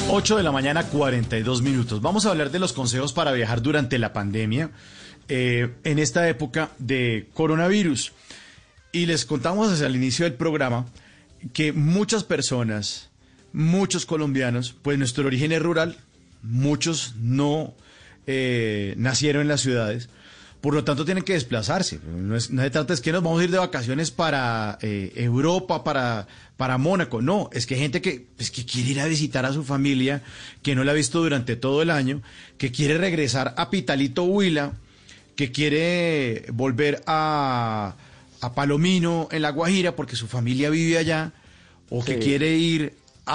8 de la mañana, 42 minutos. Vamos a hablar de los consejos para viajar durante la pandemia, en esta época de coronavirus. Y les contamos desde el inicio del programa que muchas personas, muchos colombianos, pues nuestro origen es rural, muchos no nacieron en las ciudades, por lo tanto tienen que desplazarse. No se trata de que nos vamos a ir de vacaciones para Europa, para Mónaco. No, es que hay gente que quiere ir a visitar a su familia, que no la ha visto durante todo el año, que quiere regresar a Pitalito, Huila, que quiere volver a Palomino, en La Guajira, porque su familia vive allá, o que quiere ir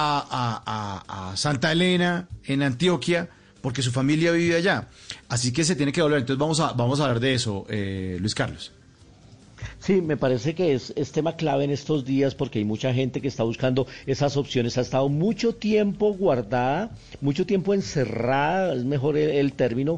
a Santa Elena, en Antioquia, porque su familia vive allá. Así que se tiene que volver. Entonces vamos a hablar de eso, Luis Carlos. Sí, me parece que es tema clave en estos días porque hay mucha gente que está buscando esas opciones. Ha estado mucho tiempo guardada, mucho tiempo encerrada, es mejor el término,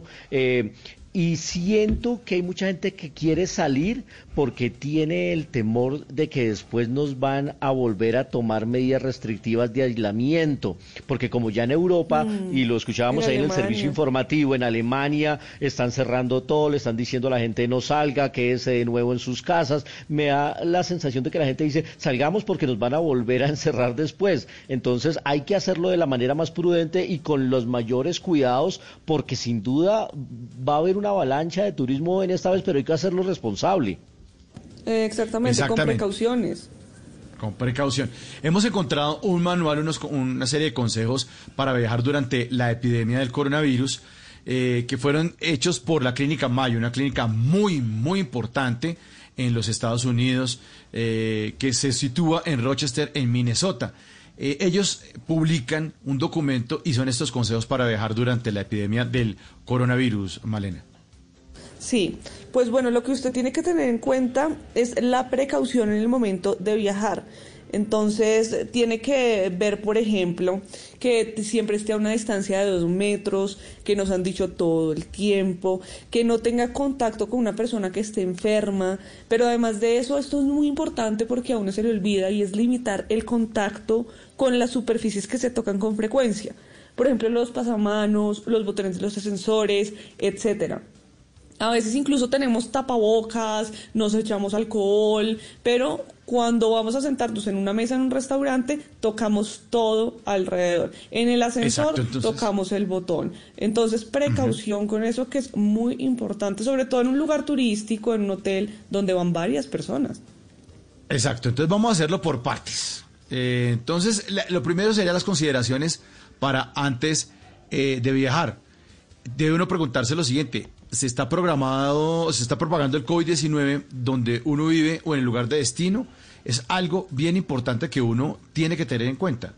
y siento que hay mucha gente que quiere salir porque tiene el temor de que después nos van a volver a tomar medidas restrictivas de aislamiento, porque como ya en Europa, y lo escuchábamos ahí en el servicio informativo, en Alemania están cerrando todo, le están diciendo a la gente no salga, quédese de nuevo en sus casas. Me da la sensación de que la gente dice salgamos porque nos van a volver a encerrar después. Entonces hay que hacerlo de la manera más prudente y con los mayores cuidados, porque sin duda va a haber una avalancha de turismo en esta vez, pero hay que hacerlo responsable. Exactamente, con precauciones. Con precaución. Hemos encontrado un manual, una serie de consejos para viajar durante la epidemia del coronavirus, que fueron hechos por la Clínica Mayo, una clínica muy, muy importante en los Estados Unidos, que se sitúa en Rochester, en Minnesota. Ellos publican un documento y son estos consejos para viajar durante la epidemia del coronavirus, Malena. Sí, pues bueno, lo que usted tiene que tener en cuenta es la precaución en el momento de viajar. Entonces, tiene que ver, por ejemplo, que siempre esté a una distancia de 2 metros, que nos han dicho todo el tiempo, que no tenga contacto con una persona que esté enferma, pero además de eso, esto es muy importante porque a uno se le olvida y es limitar el contacto con las superficies que se tocan con frecuencia. Por ejemplo, los pasamanos, los botones de los ascensores, etcétera. A veces incluso tenemos tapabocas, nos echamos alcohol, pero cuando vamos a sentarnos en una mesa en un restaurante, tocamos todo alrededor. En el ascensor tocamos el botón. Entonces, precaución con eso, que es muy importante, sobre todo en un lugar turístico, en un hotel donde van varias personas. Exacto, entonces vamos a hacerlo por partes. Entonces, lo primero serían las consideraciones para antes de viajar. Debe uno preguntarse lo siguiente: se está propagando el COVID-19 donde uno vive o en el lugar de destino. Es algo bien importante que uno tiene que tener en cuenta.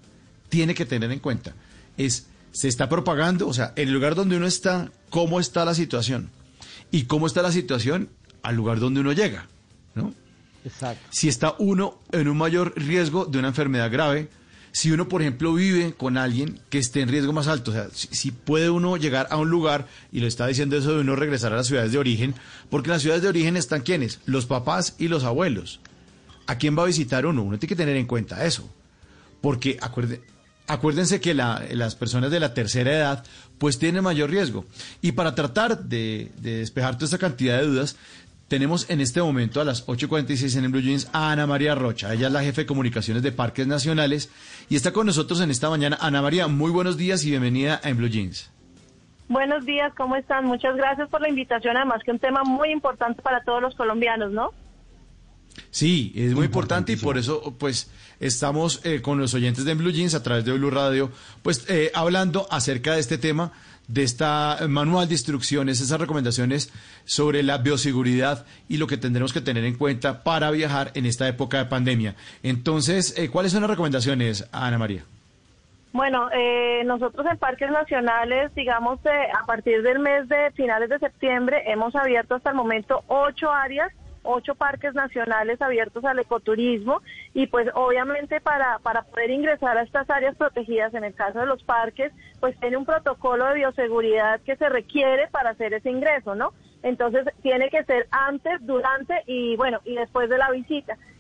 Se está propagando, o sea, en el lugar donde uno está, cómo está la situación. Y cómo está la situación al lugar donde uno llega, ¿no? Exacto. Si está uno en un mayor riesgo de una enfermedad grave, si uno, por ejemplo, vive con alguien que esté en riesgo más alto, o sea, si puede uno llegar a un lugar, y lo está diciendo eso de uno regresar a las ciudades de origen, porque en las ciudades de origen están ¿quiénes? Los papás y los abuelos. ¿A quién va a visitar uno? Uno tiene que tener en cuenta eso, porque acuérdense que las personas de la tercera edad pues tienen mayor riesgo. Y para tratar de despejar toda esta cantidad de dudas, tenemos en este momento a las 8:46 en Blue Jeans a Ana María Rocha. Ella es la jefe de comunicaciones de Parques Nacionales y está con nosotros en esta mañana. Ana María, muy buenos días y bienvenida a Blue Jeans. Buenos días, ¿cómo están? Muchas gracias por la invitación, además que un tema muy importante para todos los colombianos, ¿no? Sí, es muy importante y por eso pues estamos con los oyentes de Blue Jeans a través de Blue Radio, pues hablando acerca de este tema, de esta manual de instrucciones, esas recomendaciones sobre la bioseguridad y lo que tendremos que tener en cuenta para viajar en esta época de pandemia. Entonces, ¿cuáles son las recomendaciones, Ana María? Bueno, nosotros en Parques Nacionales, digamos, a partir del mes de finales de septiembre, hemos abierto hasta el momento 8 áreas, 8 parques nacionales abiertos al ecoturismo y pues obviamente para poder ingresar a estas áreas protegidas, en el caso de los parques, pues tiene un protocolo de bioseguridad que se requiere para hacer ese ingreso, ¿no? Entonces tiene que ser antes, durante y bueno, y después de la visita.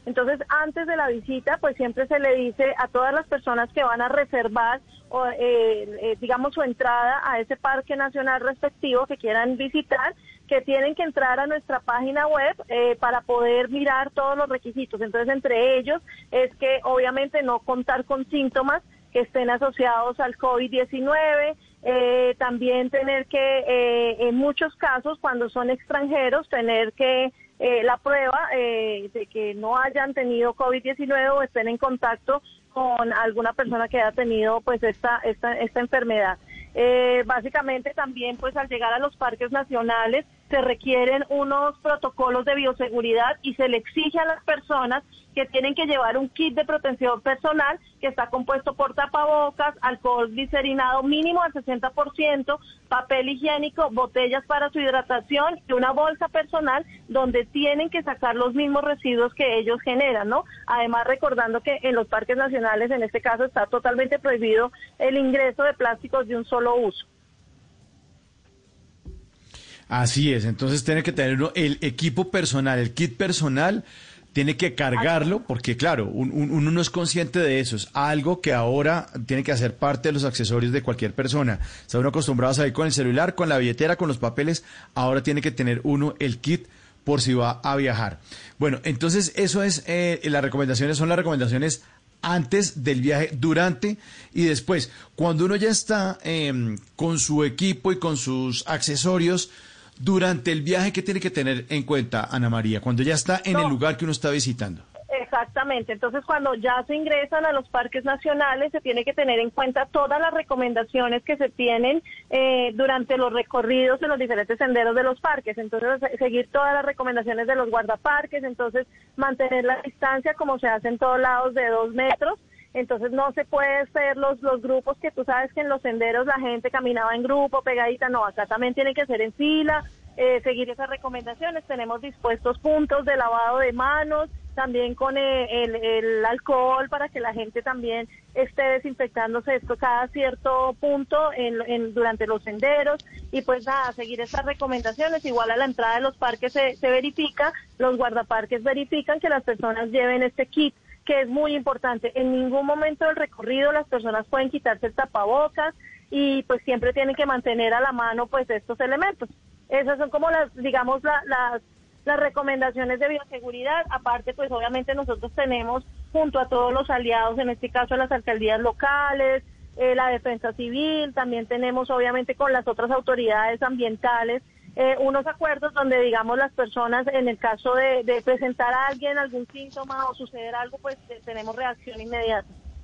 Entonces, antes de la visita, pues siempre se le dice a todas las personas que van a reservar digamos, su entrada a ese parque nacional respectivo que quieran visitar, que tienen que entrar a nuestra página web para poder mirar todos los requisitos. Entonces, entre ellos es que obviamente no contar con síntomas que estén asociados al COVID-19, también tener que, en muchos casos, cuando son extranjeros, tener que la prueba de que no hayan tenido COVID-19 o estén en contacto con alguna persona que haya tenido pues esta enfermedad. Básicamente también pues al llegar a los parques nacionales se requieren unos protocolos de bioseguridad y se le exige a las personas que tienen que llevar un kit de protección personal que está compuesto por tapabocas, alcohol glicerinado mínimo al 60%, papel higiénico, botellas para su hidratación y una bolsa personal donde tienen que sacar los mismos residuos que ellos generan, ¿no? Además, recordando que en los parques nacionales, en este caso, está totalmente prohibido el ingreso de plásticos de un solo uso. Así es, entonces tiene que tener uno el equipo personal, el kit personal, tiene que cargarlo, porque claro, uno no es consciente de eso, es algo que ahora tiene que hacer parte de los accesorios de cualquier persona. Está uno acostumbrado a salir con el celular, con la billetera, con los papeles, ahora tiene que tener uno el kit por si va a viajar. Bueno, entonces eso es, las recomendaciones son las recomendaciones antes del viaje, durante y después. Cuando uno ya está con su equipo y con sus accesorios, durante el viaje, ¿qué tiene que tener en cuenta, Ana María, cuando ya está en el lugar que uno está visitando? Exactamente, entonces cuando ya se ingresan a los parques nacionales se tiene que tener en cuenta todas las recomendaciones que se tienen durante los recorridos en los diferentes senderos de los parques, entonces seguir todas las recomendaciones de los guardaparques, entonces mantener la distancia como se hace en todos lados de 2 metros. Entonces no se puede hacer los grupos que tú sabes que en los senderos la gente caminaba en grupo, pegadita, no, acá también tiene que ser en fila, seguir esas recomendaciones. Tenemos dispuestos puntos de lavado de manos, también con el alcohol para que la gente también esté desinfectándose esto cada cierto punto durante los senderos y pues nada, seguir esas recomendaciones. Igual a la entrada de los parques se verifica, los guardaparques verifican que las personas lleven este kit, que es muy importante. En ningún momento del recorrido las personas pueden quitarse el tapabocas y pues siempre tienen que mantener a la mano pues estos elementos. Esas son como las recomendaciones de bioseguridad. Aparte pues obviamente nosotros tenemos junto a todos los aliados, en este caso las alcaldías locales, la defensa civil, también tenemos obviamente con las otras autoridades ambientales, unos acuerdos donde, digamos, las personas, en el caso de presentar a alguien algún síntoma o suceder algo, pues tenemos reacción inmediata.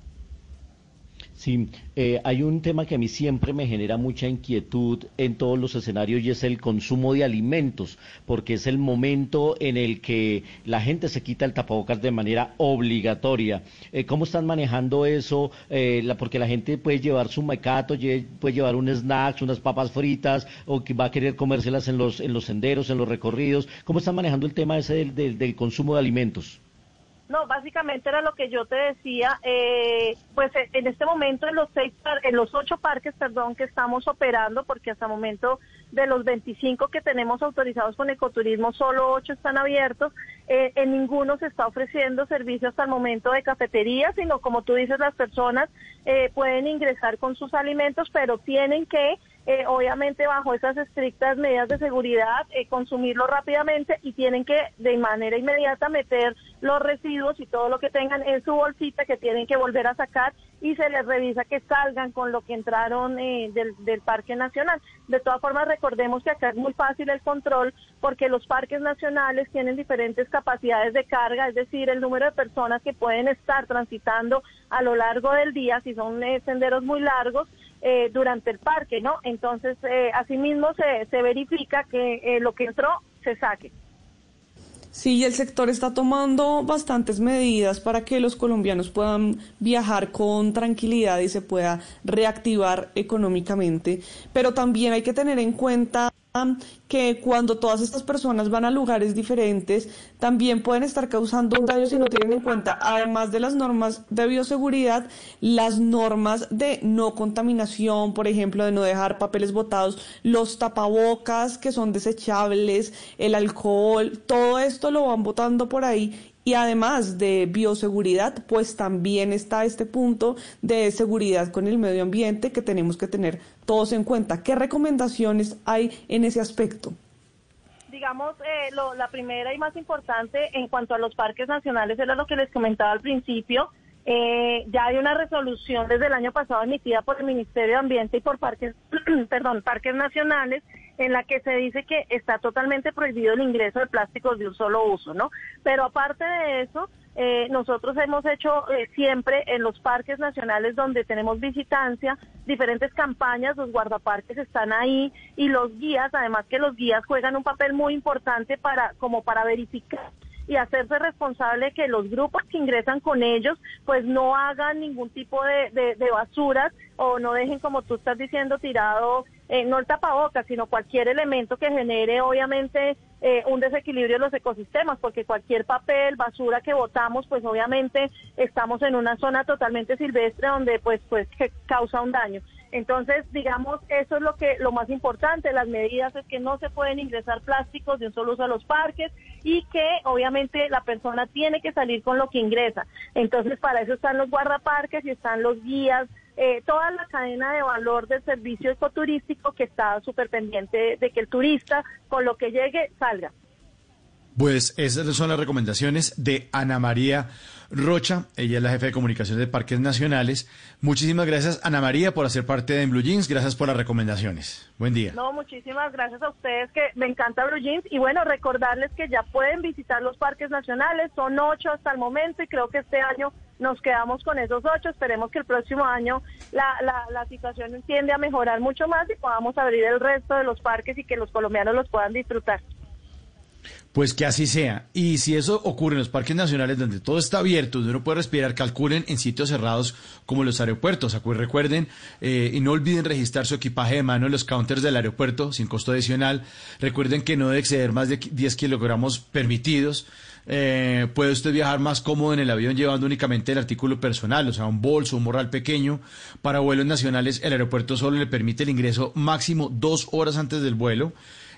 Sí, hay un tema que a mí siempre me genera mucha inquietud en todos los escenarios y es el consumo de alimentos, porque es el momento en el que la gente se quita el tapabocas de manera obligatoria. ¿Cómo están manejando eso? Porque la gente puede llevar su mecato, puede llevar un snacks, unas papas fritas, o que va a querer comérselas en los senderos, en los recorridos. ¿Cómo están manejando el tema ese del consumo de alimentos? No, básicamente era lo que yo te decía, pues en este momento en los 8 parques, que estamos operando, porque hasta el momento de los 25 que tenemos autorizados con ecoturismo, solo 8 están abiertos, en ninguno se está ofreciendo servicio hasta el momento de cafetería, sino como tú dices, las personas pueden ingresar con sus alimentos, pero tienen que obviamente bajo esas estrictas medidas de seguridad, consumirlo rápidamente y tienen que de manera inmediata meter los residuos y todo lo que tengan en su bolsita que tienen que volver a sacar y se les revisa que salgan con lo que entraron del Parque Nacional. De todas formas, recordemos que acá es muy fácil el control porque los parques nacionales tienen diferentes capacidades de carga, es decir, el número de personas que pueden estar transitando a lo largo del día, si son senderos muy largos, durante el parque, ¿no? Entonces, asimismo se verifica que lo que entró se saque. Sí, el sector está tomando bastantes medidas para que los colombianos puedan viajar con tranquilidad y se pueda reactivar económicamente, pero también hay que tener en cuenta que cuando todas estas personas van a lugares diferentes, también pueden estar causando un daño si no tienen en cuenta, además de las normas de bioseguridad, las normas de no contaminación, por ejemplo, de no dejar papeles botados, los tapabocas que son desechables, el alcohol, todo esto lo van botando por ahí Y además de bioseguridad, pues también está este punto de seguridad con el medio ambiente que tenemos que tener todos en cuenta. ¿Qué recomendaciones hay en ese aspecto? Digamos, la primera y más importante en cuanto a los parques nacionales era lo que les comentaba al principio. Ya hay una resolución desde el año pasado emitida por el Ministerio de Ambiente y por parques nacionales, en la que se dice que está totalmente prohibido el ingreso de plásticos de un solo uso, ¿no? Pero aparte de eso, nosotros hemos hecho siempre en los parques nacionales donde tenemos visitancia, diferentes campañas, los guardaparques están ahí y los guías, además que los guías juegan un papel muy importante para verificar y hacerse responsable que los grupos que ingresan con ellos pues no hagan ningún tipo de basuras o no dejen, como tú estás diciendo, tirado no el tapabocas, sino cualquier elemento que genere obviamente un desequilibrio en los ecosistemas, porque cualquier papel, basura que botamos, pues obviamente estamos en una zona totalmente silvestre donde pues que causa un daño. Entonces, digamos, eso es lo más importante. Las medidas es que no se pueden ingresar plásticos de un solo uso a los parques y que obviamente la persona tiene que salir con lo que ingresa. Entonces, para eso están los guardaparques y están los guías, toda la cadena de valor del servicio ecoturístico que está súper pendiente de que el turista con lo que llegue salga. Pues esas son las recomendaciones de Ana María Rocha. Ella es la jefe de comunicación de Parques Nacionales. Muchísimas gracias, Ana María, por hacer parte de En Blue Jeans. Gracias por las recomendaciones. Buen día. No, muchísimas gracias a ustedes, que me encanta Blue Jeans. Y bueno, recordarles que ya pueden visitar los parques nacionales. Son 8 hasta el momento y creo que este año nos quedamos con esos 8. Esperemos que el próximo año la situación tiende a mejorar mucho más y podamos abrir el resto de los parques y que los colombianos los puedan disfrutar. Pues que así sea. Y si eso ocurre en los parques nacionales donde todo está abierto, donde uno puede respirar, calculen en sitios cerrados como los aeropuertos. Recuerden y no olviden registrar su equipaje de mano en los counters del aeropuerto sin costo adicional. Recuerden que no debe exceder más de 10 kilogramos permitidos. Puede usted viajar más cómodo en el avión llevando únicamente el artículo personal, o sea, un bolso, un morral pequeño. Para vuelos nacionales, el aeropuerto solo le permite el ingreso máximo 2 horas antes del vuelo.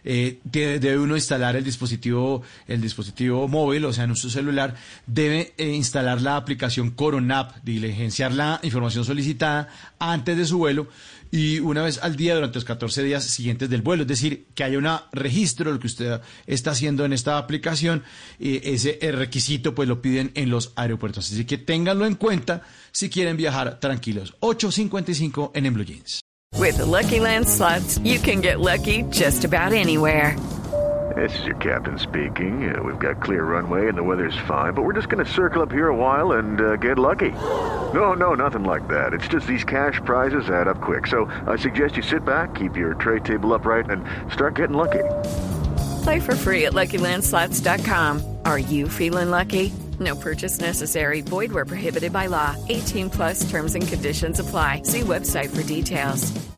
Debe uno instalar el dispositivo móvil, o sea, en su celular, debe instalar la aplicación Coronap, diligenciar la información solicitada antes de su vuelo y una vez al día durante los 14 días siguientes del vuelo, es decir, que haya un registro de lo que usted está haciendo en esta aplicación. Ese requisito pues lo piden en los aeropuertos, así que ténganlo en cuenta si quieren viajar tranquilos. 8:55 en Blue Jeans. With the Lucky Land Slots, you can get lucky just about anywhere. This is your captain speaking. We've got clear runway and the weather's fine, but we're just going to circle up here a while and get lucky. No, nothing like that. It's just these cash prizes add up quick. So I suggest you sit back, keep your tray table upright, and start getting lucky. Play for free at LuckyLandSlots.com. Are you feeling lucky? No purchase necessary. Void where prohibited by law. 18+ terms and conditions apply. See website for details.